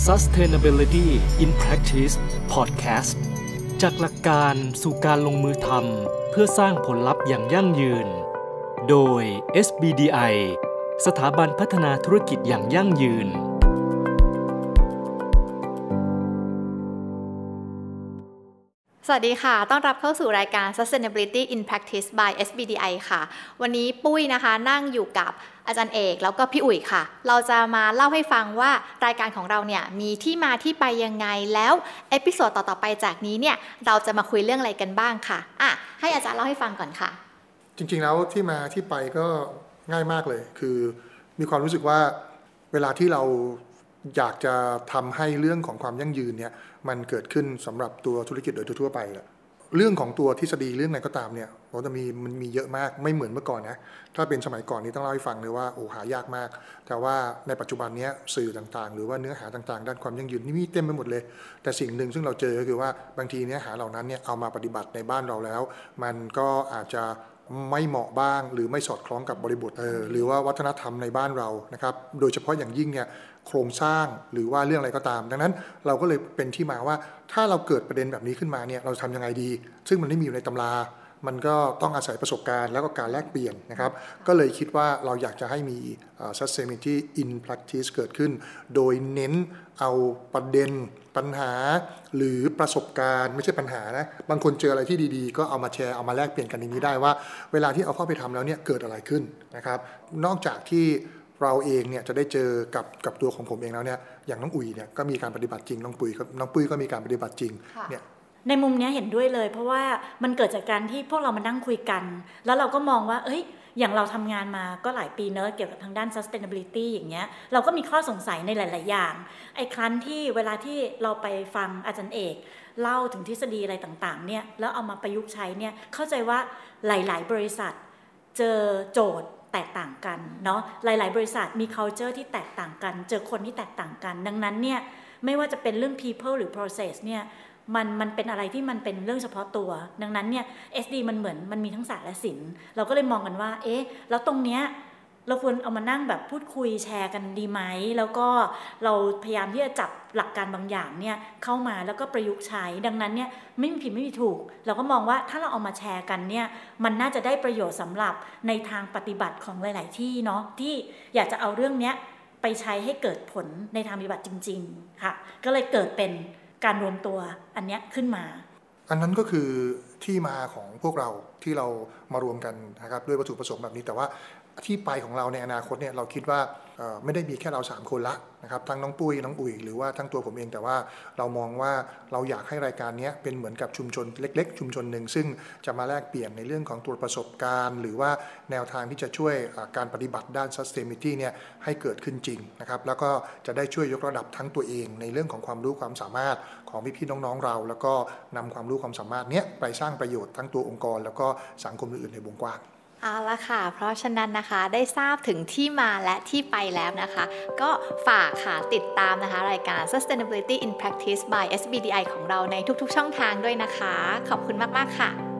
Sustainability in Practice Podcast จากหลักการสู่การลงมือทำเพื่อสร้างผลลัพธ์อย่างยั่งยืนโดย SBDI สถาบันพัฒนาธุรกิจอย่างยั่งยืนสวัสดีค่ะต้อนรับเข้าสู่รายการ Sustainability in Practice by SBDI ค่ะวันนี้ปุ้ยนะคะนั่งอยู่กับอาจารย์เอกแล้วก็พี่อุ๋ยค่ะเราจะมาเล่าให้ฟังว่ารายการของเราเนี่ยมีที่มาที่ไปยังไงแล้วเอพิโซดต่อๆไปจากนี้เนี่ยเราจะมาคุยเรื่องอะไรกันบ้างค่ะให้อาจารย์เล่าให้ฟังก่อนค่ะจริงๆแล้วที่มาที่ไปก็ง่ายมากเลยคือมีความรู้สึกว่าเวลาที่เราอยากจะทำให้เรื่องของความยั่งยืนเนี่ยมันเกิดขึ้นสำหรับตัวธุรกิจโดยทั่วไปเรื่องของตัวทฤษฎีเรื่องไหนก็ตามเนี่ยมันมีเยอะมากไม่เหมือนเมื่อก่อนนะถ้าเป็นสมัยก่อนนี้ต้องเล่าให้ฟังเลยว่าหายากมากแต่ว่าในปัจจุบันนี้สื่อต่างๆหรือว่าเนื้อหาต่างๆด้านความยั่งยืนนี่มีเต็มไปหมดเลยแต่สิ่งหนึ่งซึ่งเราเจอก็คือว่าบางทีเนื้อหาเหล่านั้นเนี่ยเอามาปฏิบัติในบ้านเราแล้วมันก็อาจจะไม่เหมาะบ้างหรือไม่สอดคล้องกับบริบทหรือว่าวัฒนธรรมในบ้านเรานะครับโดยเฉพาะอย่างยิ่งเนี่ยโครงสร้างหรือว่าเรื่องอะไรก็ตามดังนั้นเราก็เลยเป็นที่มาว่าถ้าเราเกิดประเด็นแบบนี้ขึ้นมาเนี่ยเราทำยังไงดีซึ่งมันไม่มีอยู่ในตำรามันก็ต้องอาศัยประสบการณ์แล้วก็การแลกเปลี่ยนนะครับก็เลยคิดว่าเราอยากจะให้มี Sustainability in Practice เกิดขึ้นโดยเน้นเอาประเด็นปัญหาหรือประสบการณ์ไม่ใช่ปัญหานะบางคนเจออะไรที่ดีๆก็เอามาแชร์เอามาแลกเปลี่ยนกันอย่างนี้ได้ว่าเวลาที่เอาเข้าไปทำแล้วเนี่ยเกิดอะไรขึ้นนะครับนอกจากที่เราเองเนี่ยจะได้เจอกับตัวของผมเองแล้วเนี่ยอย่างน้องอุ๋ยเนี่ยก็มีการปฏิบัติจริงน้องปุ้ยก็มีการปฏิบัติจริงเนี่ยในมุมนี้เห็นด้วยเลยเพราะว่ามันเกิดจากการที่พวกเรามานั่งคุยกันแล้วเราก็มองว่าอย่างเราทำงานมาก็หลายปีเนอะเกี่ยวกับทางด้าน sustainability อย่างเงี้ยเราก็มีข้อสงสัยในหลายๆอย่างไอ้ครั้นที่เวลาที่เราไปฟังอาจารย์เอกเล่าถึงทฤษฎีอะไรต่างๆเนี่ยแล้วเอามาประยุกต์ใช้เนี่ยเข้าใจว่าหลายๆบริษัทเจอโจทย์แตกต่างกันเนาะหลายๆบริษัทมี culture ที่แตกต่างกันเจอคนที่แตกต่างกันดังนั้นเนี่ยไม่ว่าจะเป็นเรื่อง people หรือ process เนี่ยมันเป็นอะไรที่มันเป็นเรื่องเฉพาะตัวดังนั้นเนี่ย SD มันเหมือนมันมีทั้งศาสตร์และศิลป์เราก็เลยมองกันว่าแล้วตรงเนี้ยเราควรเอามานั่งแบบพูดคุยแชร์กันดีไหมแล้วก็เราพยายามที่จะจับหลักการบางอย่างเนี่ยเข้ามาแล้วก็ประยุกต์ใช้ดังนั้นเนี่ยไม่มีผิดไม่มีถูกเราก็มองว่าถ้าเราเอามาแชร์กันเนี่ยมันน่าจะได้ประโยชน์สำหรับในทางปฏิบัติของหลายๆที่เนาะที่อยากจะเอาเรื่องเนี้ยไปใช้ให้เกิดผลในทางปฏิบัติจริงๆค่ะก็เลยเกิดเป็นการรวมตัวอันเนี้ยขึ้นมาอันนั้นก็คือที่มาของพวกเราที่เรามารวมกันนะครับด้วยวัตถุประสงค์แบบนี้แต่ว่าที่ไปของเราในอนาคตเนี่ยเราคิดว่าไม่ได้มีแค่เรา3คนละนะครับทั้งน้องปุ้ยน้องอุ๋ยหรือว่าทั้งตัวผมเองแต่ว่าเรามองว่าเราอยากให้รายการนี้เป็นเหมือนกับชุมชนเล็กๆชุมชนหนึ่งซึ่งจะมาแลกเปลี่ยนในเรื่องของตัวประสบการณ์หรือว่าแนวทางที่จะช่วยการปฏิบัติด้าน sustainability เนี่ยให้เกิดขึ้นจริงนะครับแล้วก็จะได้ช่วยยกระดับทั้งตัวเองในเรื่องของความรู้ความสามารถของพี่ๆน้องๆเราแล้วก็นำความรู้ความสามารถเนี้ยไปสร้างประโยชน์ทั้งตัวองค์กรแล้วก็สังคมอื่นๆในวงกว้างเอาละค่ะเพราะฉะนั้นนะคะได้ทราบถึงที่มาและที่ไปแล้วนะคะก็ฝากค่ะติดตามนะคะรายการ Sustainability in Practice by SBDI ของเราในทุกๆช่องทางด้วยนะคะขอบคุณมากๆค่ะ